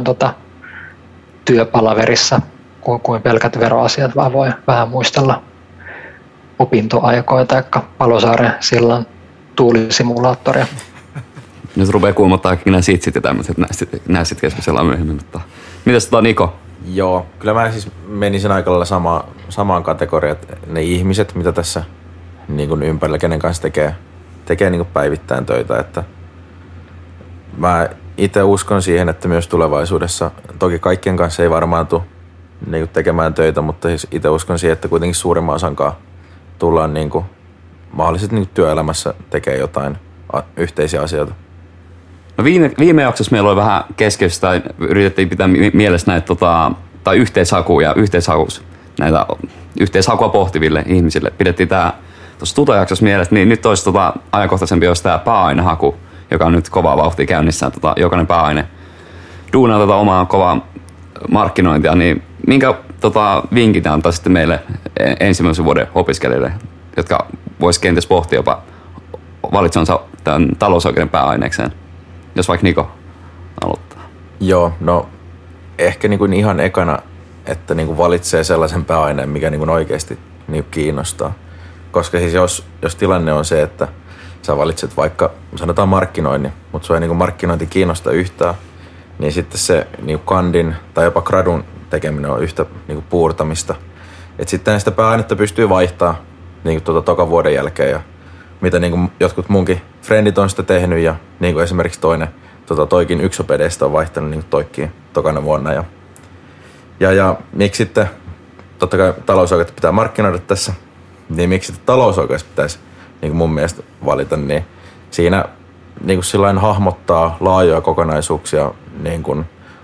työpalaverissa kuin pelkät veroasiat, vaan voi vähän muistella opintoaikoja tai Palosaaren sillan tuulisimulaattoria. Nyt rupeaa kuumottaa nämä sitsit ja tämmöiset, nämä sitten keskustellaan myöhemmin. Mutta mitäs Niko? Joo, kyllä mä siis menisin aika lailla samaan kategoriaan, että ne ihmiset, mitä tässä niin kuin ympärillä, kenen kanssa tekee niin kuin päivittäin töitä, että mä itse uskon siihen, että myös tulevaisuudessa, toki kaikkien kanssa ei varmaan tule niin kuin tekemään töitä, mutta siis itse uskon siihen, että kuitenkin suurimman osankaan tullaan niin kuin mahdollisesti niin kuin työelämässä tekee jotain yhteisiä asioita. No viime jaksossa meillä oli vähän keskeistä, tai yritettiin pitää mielessä näitä tai näitä yhteishakua pohtiville ihmisille. Pidettiin tämä tuossa tutojaksossa mielessä, niin nyt olisi ajankohtaisempi olisi tämä pääainehaku, joka on nyt kovaa vauhtia käynnissä. Jokainen pääaine duunaa omaa kovaa markkinointia, niin minkä vinkit antaa sitten meille ensimmäisen vuoden opiskelijoille, jotka vois kenties pohtia jopa valitsevansa tämän talousoikeuden pääaineekseen, jos vaikka Niko aloittaa? Joo, no ehkä niin kuin ihan ekana, että niin kuin valitsee sellaisen pääaineen, mikä niin kuin oikeasti niin kuin kiinnostaa. Koska siis jos tilanne on se, että sä valitset vaikka, sanotaan markkinoinnin, mutta sua ei niin markkinointi kiinnosta yhtään, niin sitten se niin kandin tai jopa gradun tekeminen on yhtä niin puurtamista. Et sitten sitä pääainetta pystyy vaihtamaan niin toka vuoden jälkeen ja mitä niin jotkut munkin frendit on sitä tehnyt ja niin esimerkiksi toikin yksopedeistä on vaihtanut niin toikkiin tokana vuonna. Ja miksi sitten, totta kai talousoikeutta pitää markkinoida tässä, niin miksi sitten talousoikeus pitäisi niin mun mielestä valita, niin siinä niin sillain hahmottaa laajoja kokonaisuuksia niin kuin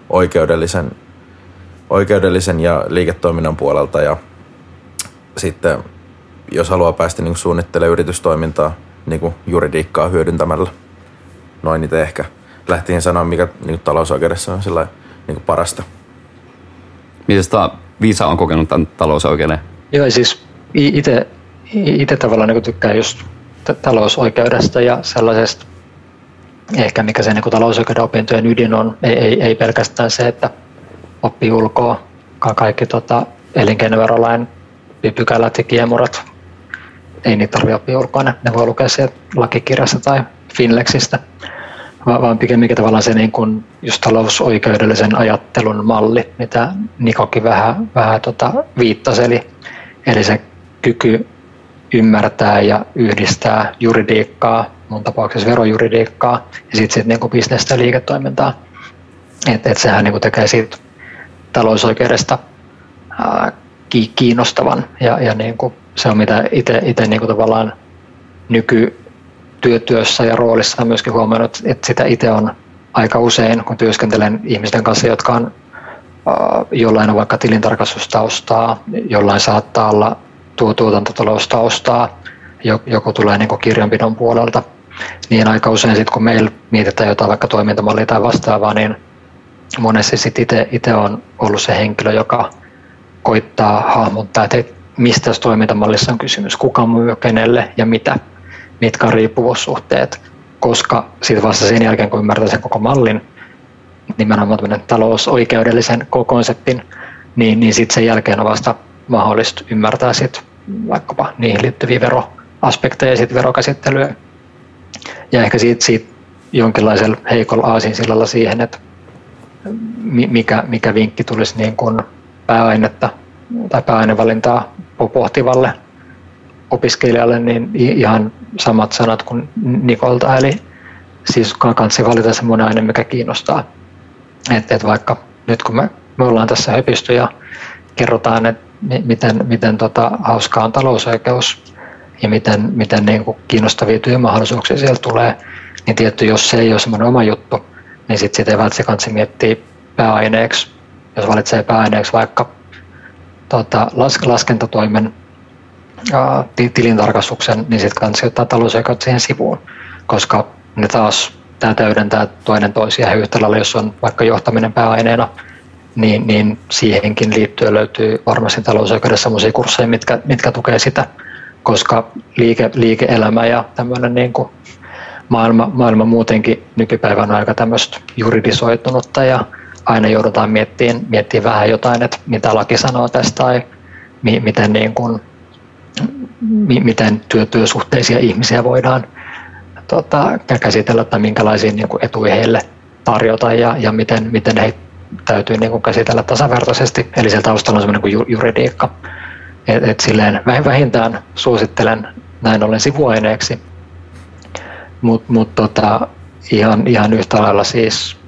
oikeudellisen ja liiketoiminnan puolelta ja sitten jos haluaa päästä niin suunnittelemaan yritystoimintaa niin juridiikkaa hyödyntämällä. Noin niitä ehkä lähtien sanoa, mikä niin talousoikeudessa on sillä niin parasta. Miten Viisa on kokenut tämän talousoikeuden? Joo, siis itse tavallaan niin tykkään just talousoikeudesta ja sellaisesta, ehkä mikä se niin talousoikeuden opintojen ydin on, ei pelkästään se, että oppii ulkoa kaikki elinkeinoverolain pykälät ja kiemurat. Ei niitä tarvitse oppia ulkoa, ne voi lukea sieltä lakikirjasta tai Finlexistä, vaan pikemminkin tavallaan se niin kuin just talousoikeudellisen ajattelun malli, mitä Nikokin vähän viittasi, eli se kyky ymmärtää ja yhdistää juridiikkaa, mun tapauksessa verojuridiikkaa, ja sitten niin kuin bisnestä ja liiketoimintaa. Et sehän niin kuin tekee siitä talousoikeudesta kiinnostavan, ja niin kuin se on mitä itse niin kuin tavallaan nykytyössä ja roolissa on myöskin huomannut, että sitä itse on aika usein, kun työskentelen ihmisten kanssa, jotka on jollain on vaikka tilintarkastustaustaa, jollain saattaa olla tuotantotaloustaustaa, joku tulee niin kuin kirjanpidon puolelta, niin aika usein sitten kun meillä mietitään jotain vaikka toimintamallia tai vastaavaa, niin monesti sitten itse on ollut se henkilö, joka koittaa hahmottaa, että mistä tässä toimintamallissa on kysymys, kuka myy kenelle ja mitä, mitkä on riippuvuussuhteet, koska sitten vasta sen jälkeen, kun ymmärtää sen koko mallin, nimenomaan tämmöinen talousoikeudellisen konseptin, niin sitten sen jälkeen on vasta mahdollista ymmärtää sit vaikkapa niihin liittyviä veroaspekteja ja verokäsittelyä. Ja ehkä siitä jonkinlaisella heikolla aasinsillalla siihen, että mikä vinkki tulisi niin kuin pääainetta tai pääainevalintaa pohtivalle opiskelijalle, niin ihan samat sanat kuin Nikolta, eli siis kannattaa valita semmoinen aine, mikä kiinnostaa. Et vaikka nyt kun me ollaan tässä höpisty ja kerrotaan, että miten hauskaa on talousoikeus ja miten niin kuin kiinnostavia työmahdollisuuksia sieltä tulee, niin tietty, jos se ei ole semmoinen oma juttu, niin sitten sitä ei välttämättä miettiä pääaineeksi. Jos valitsee pääaineeksi vaikka laskentatoimen tilintarkastuksen, niin sitten kannattaa ottaa talousoikeutta siihen sivuun, koska ne taas täydentää toinen toisiaan yhtä lailla, jos on vaikka johtaminen pääaineena, niin siihenkin liittyen löytyy varmasti talousoikeudessa sellaisia kursseja, mitkä tukee sitä, koska liike-elämä ja tämmöinen niin kuin maailma muutenkin nykypäivänä on aika tämmöistä juridisoitunutta ja aina joudutaan miettimään vähän jotain, että mitä laki sanoo tästä tai miten työsuhteisia ihmisiä voidaan käsitellä tai minkälaisia niin kuin etuja heille tarjota ja miten he täytyy niin kuin käsitellä tasavertaisesti. Eli siellä taustalla on semmoinen kuin juridiikka. Et silleen vähintään suosittelen näin ollen sivuaineeksi, mutta ihan yhtä lailla siis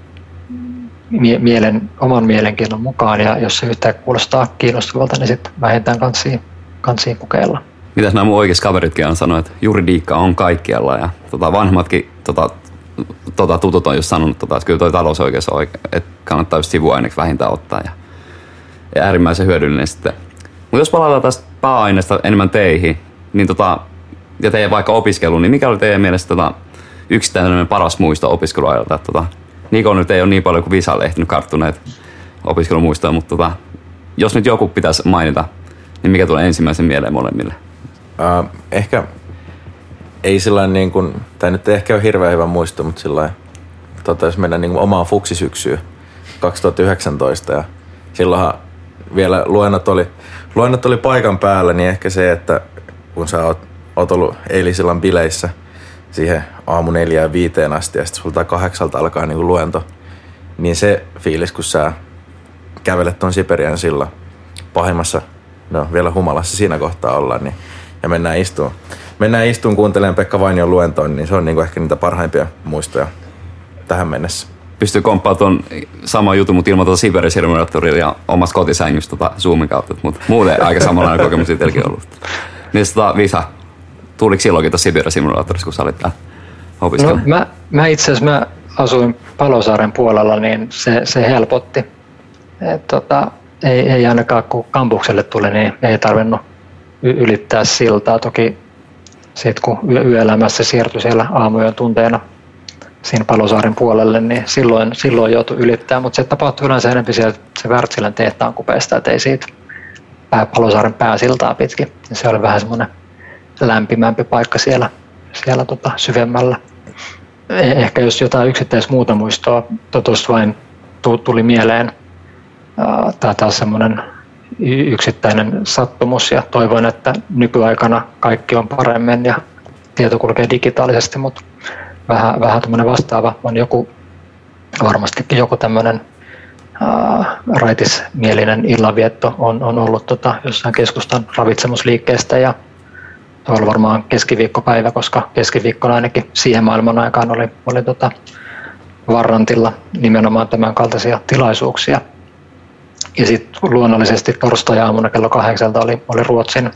oman mielenkiinnon mukaan, ja jos se yhtään kuulostaa kiinnostavalta, niin sitten vähintään kansiin kokeilla. Mitäs nämä mun oikeat kaveritkin on sanonut, että juridiikka on kaikkialla, ja vanhemmatkin tutut on just sanonut, että kyllä toi talousoikeus on että kannattaa just sivuaineeksi vähintään ottaa, ja äärimmäisen hyödyllinen sitten. Mutta jos palataan tästä pääaineesta enemmän teihin, niin ja teidän vaikka opiskeluun, niin mikä oli teidän mielestä yksittäinen paras muisto opiskeluajalta? Niko nyt ei ole niin paljon kuin Visalle ehtinyt karttuneet opiskelumuistoja, mutta jos nyt joku pitäisi mainita, niin mikä tulee ensimmäisen mieleen molemmille? Ehkä ei sillain niin kuin, tai nyt ei ehkä ole hirveän hyvä muisto, mutta sillain, jos mennään niin kuin omaan fuksisyksyyn 2019 ja silloinhan vielä luennot oli paikan päällä, niin ehkä se, että kun sä oot ollut eilisillan bileissä siihen aamu 4-5 asti ja sitten sulta 8 alkaa niin kuin luento. Niin se fiilis, kun sä kävelet ton Siperian sillan pahimmassa, no vielä humalassa siinä kohtaa ollaan, niin, ja mennään istuun kuuntelemaan Pekka Vainion luentoon, niin se on niin kuin ehkä niitä parhaimpia muistoja tähän mennessä. Pystyy komppaamaan tuon saman jutun, mutta ilman tuota Siberian simulaattoria ja omasta kotisängystä Zoomin kautta, mutta muuten aika samanlainen kokemus itselläkin ollut. Niin Visa, tuliko silloinkin tuossa Siberian simulaattorissa, kun sä olit täällä opiskella? No mä itse asiassa mä asuin Palosaaren puolella, niin se helpotti. Ei ainakaan kun kampukselle tuli, niin ei tarvinnut ylittää siltaa. Toki sitten kun yöelämässä siirtyi siellä aamujen tunteina siinä Palosaaren puolelle, niin silloin joutui ylittämään, mutta se tapahtui yleensä enemmän sieltä se Wärtsilän tehtaan kupeesta, että ei siitä Palosaaren pääsiltaa pitkin. Se oli vähän semmoinen lämpimämpi paikka siellä syvemmällä. Ehkä jos jotain yksittäistä muuta muistoa, tuosta vain tuli mieleen. Tämä taas semmoinen yksittäinen sattumus ja toivon, että nykyaikana kaikki on paremmin ja tieto kulkee digitaalisesti, mutta vähän tämmöinen vastaava on varmastikin joku tämmöinen raitismielinen illanvietto on ollut jossain keskustan ravitsemusliikkeestä ja tuolla varmaan keskiviikkopäivä, koska keskiviikkona ainakin siihen maailman aikaan oli Varrantilla nimenomaan tämän kaltaisia tilaisuuksia. Ja sitten luonnollisesti torstai-aamuna kello 8 oli Ruotsin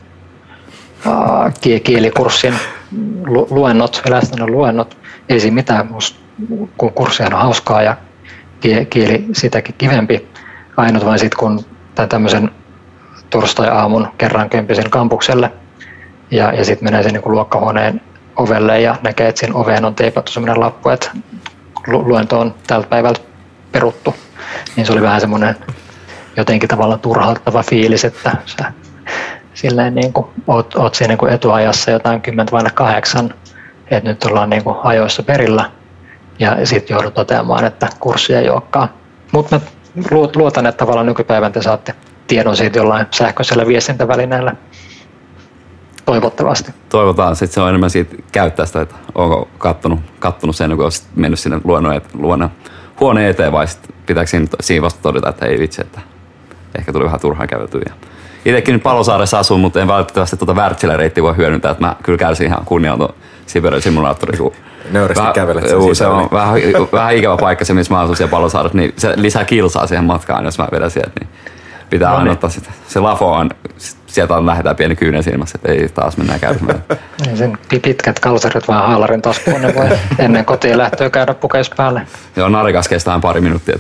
kielikurssin luennot, elästännön luennot. Ei siinä mitään, kun kurssihan on hauskaa ja kieli sitäkin kivempi. Ainut vain sitten, kun tämmöisen torstai-aamun kerran kömpisen kampukselle ja sitten menee sen niin luokkahuoneen ovelle ja näkee, että siinä oveen on teipattu semmoinen lappu, että luento on tältä päivältä peruttu. Niin se oli vähän semmoinen jotenkin tavallaan turhauttava fiilis, että sä silleen niin kuin oot siinä niin kuin etuajassa jotain 10:08, että nyt ollaan niin kuin ajoissa perillä ja sitten joudut toteamaan, että kurssi ei olekaan. Mutta mä luotan, että tavallaan nykypäivän te saatte tiedon siitä jollain sähköisellä viestintävälineellä. Toivottavasti. Toivotaan, sitten se on enemmän siitä käyttää sitä, että onko kattonut sen, kun olisit mennyt sinne luonnon huoneen eteen, vai pitääkö siinä vasta todeta, että ei vitsi, että ehkä tuli vähän turhaan käveltyä. Itsekin nyt Palosaaressa asun, mutta en valitettavasti Wärtsilän reittiä voi hyödyntää, että mä kyllä kärsin ihan kunnialla Siberian simulaattori. Nöyrästi kävelet sen se on vähän ikävä paikka se, missä mä asun siellä Palosaaressa, niin se lisää kilsaa siihen matkaan, jos mä vedän sieltä, niin pitää aina ottaa sitä. Se lafo on, sieltä lähdetään pieni kyynen silmässä, että ei taas mennään käymään. Sen pitkät kalsarit vaan haalarin taskuun, ne voi ennen kotiin lähtöä käydä pukeis päälle. Joo, narikas kestää pari minuuttia.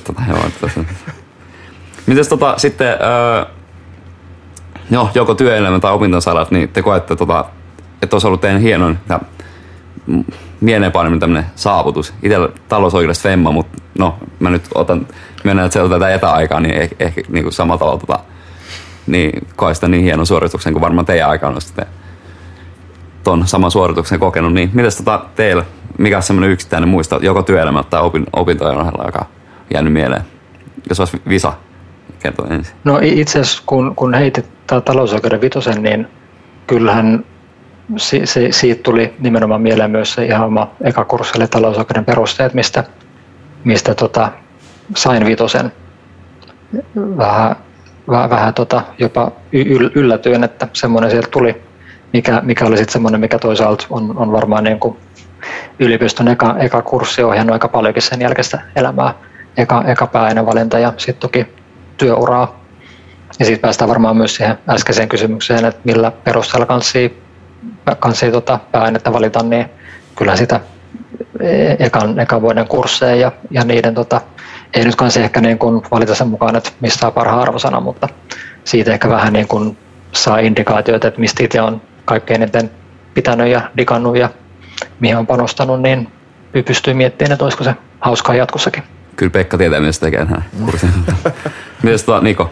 Mites sitten, joko työelämä tai opintosalat, niin te koette, että olisi ollut teidän hienoin mieleenpainiminen tämmöinen saavutus. Itsellä talousoikeudesta femma, mutta mä nyt myönnän, että se on tätä etäaikaa, niin ehkä niin kuin samalla tavalla niin koe sitä niin hienon suorituksen kuin varmaan teidän aikaan olisitte ton saman suorituksen kokenut. Niin mitäs teillä, mikä on semmoinen yksittäinen muisto, joko työelämä tai opintojen ohella, joka on jäänyt mieleen? Jos olisi Visa kertoo ensin. No itse asiassa kun heitit talousoikeuden vitosen, niin kyllähän siitä tuli nimenomaan mieleen myös se ihan oma eka kurssi, eli talousoikeuden perusteet, mistä sain vitosen. Vähän jopa yllätyin, että semmoinen sieltä tuli, mikä oli sitten semmoinen, mikä toisaalta on varmaan niin kuin yliopiston eka kurssi ohjannut aika paljonkin sen jälkeistä elämää. Eka pääainevalinta ja sitten toki työuraa. Ja siitä päästään varmaan myös siihen äskeiseen kysymykseen, että millä perusteella kansi pääainetta valita, niin kyllä sitä ekan vuoden kursseja ja niiden ei nyt kanssa ehkä niin kuin valita sen mukaan, että mistä saa parhaan arvosana, mutta siitä ehkä vähän niin kuin saa indikaatioita, että mistä itse on kaikkein eniten pitänyt ja digannut ja mihin on panostanut, niin pystyy miettimään, että olisiko se hauskaa jatkossakin. Kyllä Pekka tietää myös tekee näin kurssin. Mites Niko?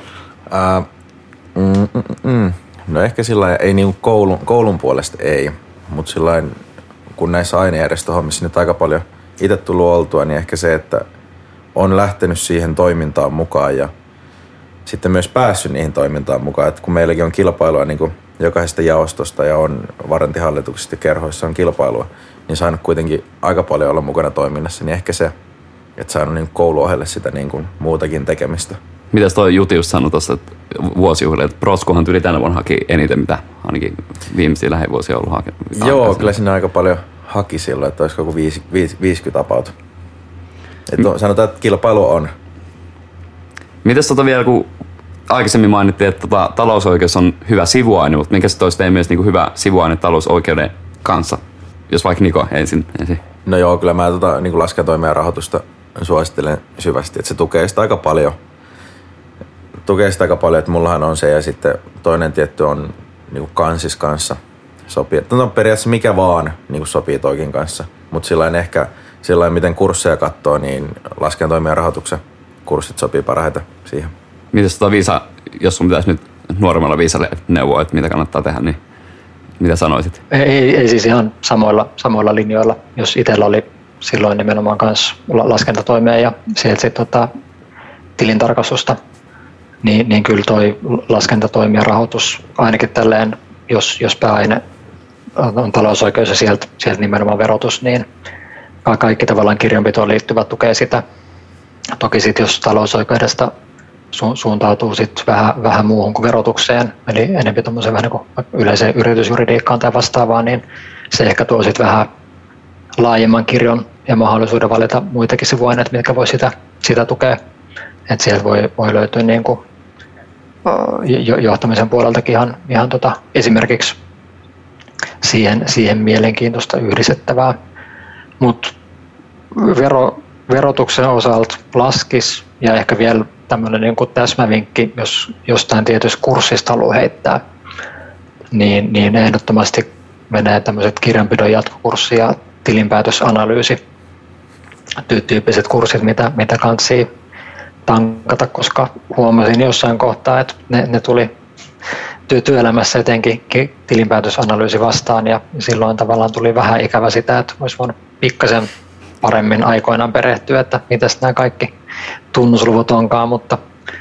No ehkä sillä ei niin koulun puolesta ei, mutta sillä kun näissä ainejärjestöhommissa nyt aika paljon itse tullut oltua, niin ehkä se, että on lähtenyt siihen toimintaan mukaan ja sitten myös päässyt niihin toimintaan mukaan. Että kun meilläkin on kilpailua niin kuin jokaisesta jaostosta ja on varantihallituksista ja kerhoissa on kilpailua, niin saanut kuitenkin aika paljon olla mukana toiminnassa, niin ehkä se, että saanut niin kouluohjelle sitä niin kuin muutakin tekemistä. Mitäs toi Juti just sanoi tuossa vuosijuhlille, että Proskuhan tuli tänä vuonna haki eniten, mitä ainakin viimeisiä lähivuosia ollut hakenut? Joo, kyllä sinne aika paljon haki silloin, että olisiko joku 50 about. Sanotaan, että kilpailu on. Mitäs vielä, kun aikaisemmin mainittiin, että talousoikeus on hyvä sivuaine, mutta minkä se toisi teidän mielestä niin hyvä sivuaine talousoikeuden kanssa? Jos vaikka Niko ensin. No joo, kyllä mä niin laskentatoimia rahoitusta suosittelen syvästi, että se tukee sitä aika paljon. Että mullahan on se ja sitten toinen tietty on niin kansis kanssa sopii. No periaatteessa mikä vaan niin sopii toikin kanssa, mutta sillain miten kursseja katsoo, niin laskentatoimia rahoituksen kurssit sopii parhaiten siihen. Mitäs Viisa, jos sun pitäisi nyt nuoremmalla Viisalle neuvoa, että mitä kannattaa tehdä, niin mitä sanoisit? Ei siis ihan samoilla linjoilla. Jos itsellä oli silloin nimenomaan kanssa laskentatoimea ja sieltä sitten tilintarkastusta, niin kyllä toi laskentatoimia rahoitus ainakin tälleen, jos pääaine on talousoikeus ja sieltä nimenomaan verotus, niin kaikki tavallaan kirjanpitoon liittyvät tukee sitä. Toki sitten jos talousoikeudesta suuntautuu sit vähän muuhun kuin verotukseen, eli enemmän tuommoiseen vähän niin kuin yleiseen yritysjuridiikkaan tai vastaavaan, niin se ehkä tuo sitten vähän laajemman kirjon ja mahdollisuuden valita muitakin sivuaineita, mitkä voi sitä tukea. Että sieltä voi löytyä niin kuin johtamisen puoleltakin ihan esimerkiksi siihen mielenkiintoista yhdistettävää. Mutta verotuksen osalta laskis ja ehkä vielä tämmöinen niin kuin täsmävinkki, jos jostain tietystä kurssista haluaa heittää, niin ehdottomasti menee tämmöiset kirjanpidon jatkokurssi ja tilinpäätösanalyysi tyyppiset kurssit, mitä kansi tankata, koska huomasin jossain kohtaa, että ne tuli työelämässä etenkin tilinpäätösanalyysi vastaan ja silloin tavallaan tuli vähän ikävä sitä, että olisi voinut pikkasen paremmin aikoinaan perehtyä, että mitäs nämä kaikki tunnusluvut onkaan, mutta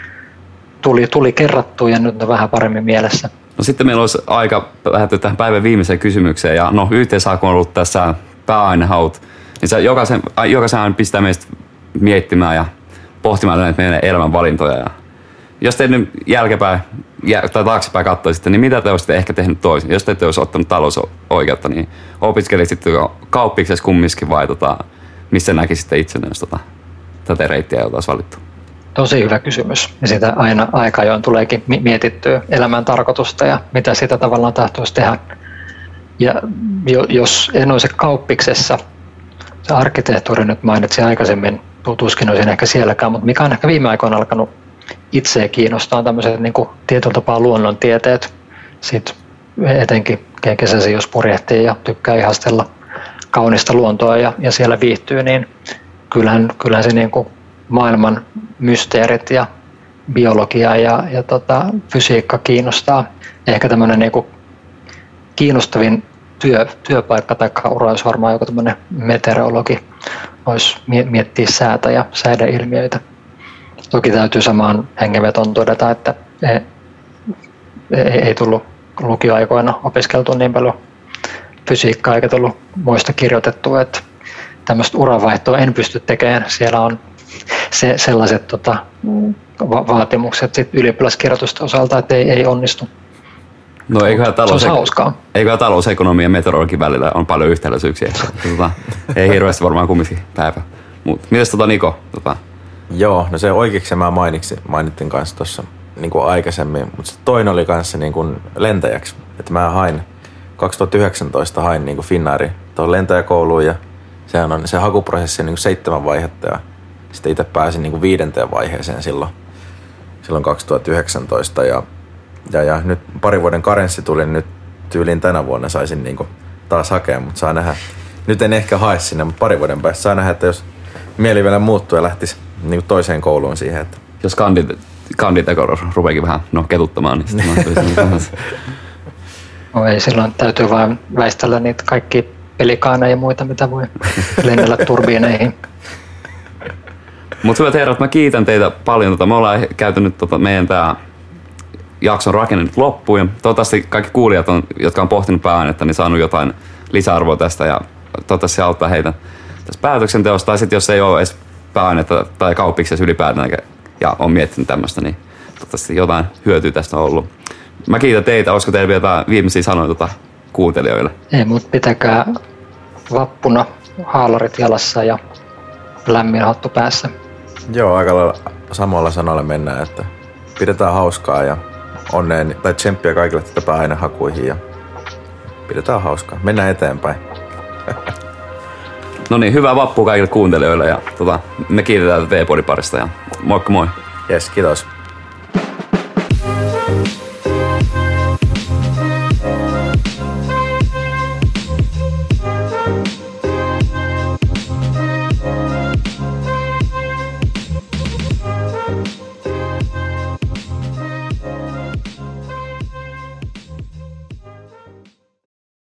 tuli kerrattua ja nyt on vähän paremmin mielessä. No sitten meillä olisi aika lähteä tähän päivän viimeiseen kysymykseen ja no yhteensä kun on ollut tässä pääainehaut, niin se jokaisen pistää meistä miettimään ja pohtimaan näitä meidän elämänvalintoja. Ja jos te nyt jälkeenpäin tai taaksepäin katsoisitte, niin mitä te olisitte ehkä tehnyt toisin? Jos te ette olisi ottanut talousoikeutta, niin opiskelisitte kauppiksessa kumminkin vai missä näkisitte itsenne, jos tätä reittiä ei oltaisi valittu? Tosi hyvä kysymys. Ja sitä aina aika ajoin tuleekin mietittyä elämän tarkoitusta ja mitä sitä tavallaan tahtoisi tehdä. Ja jos en olisi kauppiksessa, se arkkitehtuuri nyt mainitsin aikaisemmin, tuskin olisin ehkä sielläkään, mutta mikä on ehkä viime aikoina alkanut itseä kiinnostaa tämmöiset niin kuin tietyllä tapaa luonnontieteet. Sitten etenkin kesäisin, jos purjehtii ja tykkää ihastella kaunista luontoa ja siellä viihtyy, niin kyllähän se niin kuin maailman mysteerit ja biologia ja fysiikka kiinnostaa. Ehkä tämmöinen niin kuin kiinnostavin työpaikka tai ura olisi varmaan joku tämmöinen meteorologi, voisi miettiä säätä ja säideilmiöitä. Toki täytyy samaan hengenvetoon todeta, että ei tullut lukioaikoina opiskeltu niin paljon fysiikkaa eikä tullut muista kirjoitettua, että tämmöistä uravaihtoa en pysty tekemään. Siellä on sellaiset vaatimukset sit ylioppilaskirjoitusten osalta, että ei onnistu. No eiköhän se on hauskaa. Eiköhän talousekonomia ja meteorologin välillä on paljon yhtäläisyyksiä. Ei hirveästi varmaan kumminkin päivä. Mites Niko? Joo, no se oikeiksi mä mainittiin kanssa tuossa niin kuin aikaisemmin, mutta toinen oli kanssa niin kuin lentäjäksi. Että mä 2019 hain niin kuin Finnairin tuohon lentäjäkouluun ja se hakuprosessi on niin kuin 7 vaihetta ja sitten itse pääsin niin kuin 5. vaiheeseen silloin 2019 ja nyt parin vuoden karenssi tuli nyt tyyliin tänä vuonna saisin niin kuin taas hakea, mutta saa nähdä. Nyt en ehkä hae sinne, mutta parin vuoden päästä saa nähdä, että jos mieli vielä muuttuu ja lähtisi niin kuin toiseen kouluun siihen. Että. Jos kanditeko rupeekin vähän ketuttamaan, niin sitten no ei, silloin täytyy vain väistellä niitä kaikki pelikaaneja ja muita, mitä voi lennellä turbiineihin. Mutta hyvät herrat, mä kiitän teitä paljon. Me ollaan käyty nyt meidän tää jakson rakenne nyt loppuun. Ja toivottavasti kaikki kuulijat, jotka on pohtinut pääainetta, niin saanut jotain lisäarvoa tästä. Ja toivottavasti se auttaa heitä tässä päätöksenteossa. Tai sitten jos ei ole edes pääainetta tai kauppiksessa ylipäätään ja on miettinyt tämmöistä, niin toivottavasti jotain hyötyä tästä on ollut. Mä kiitän teitä. Olisiko teillä vielä viimeisiä sanoja kuuntelijoille? Ei, mutta pitäkää vappuna haalarit jalassa ja lämmin hattu päässä. Joo, aika lailla samalla sanoilla mennään, että pidetään hauskaa ja onneen tai tsemppiä kaikille tätä pääainehakuihin ja pidetään hauskaa. Mennään eteenpäin. No niin, hyvää vappua kaikille kuuntelijoille ja me kiitetään V-podin parista ja moikka moi. Jes, kiitos.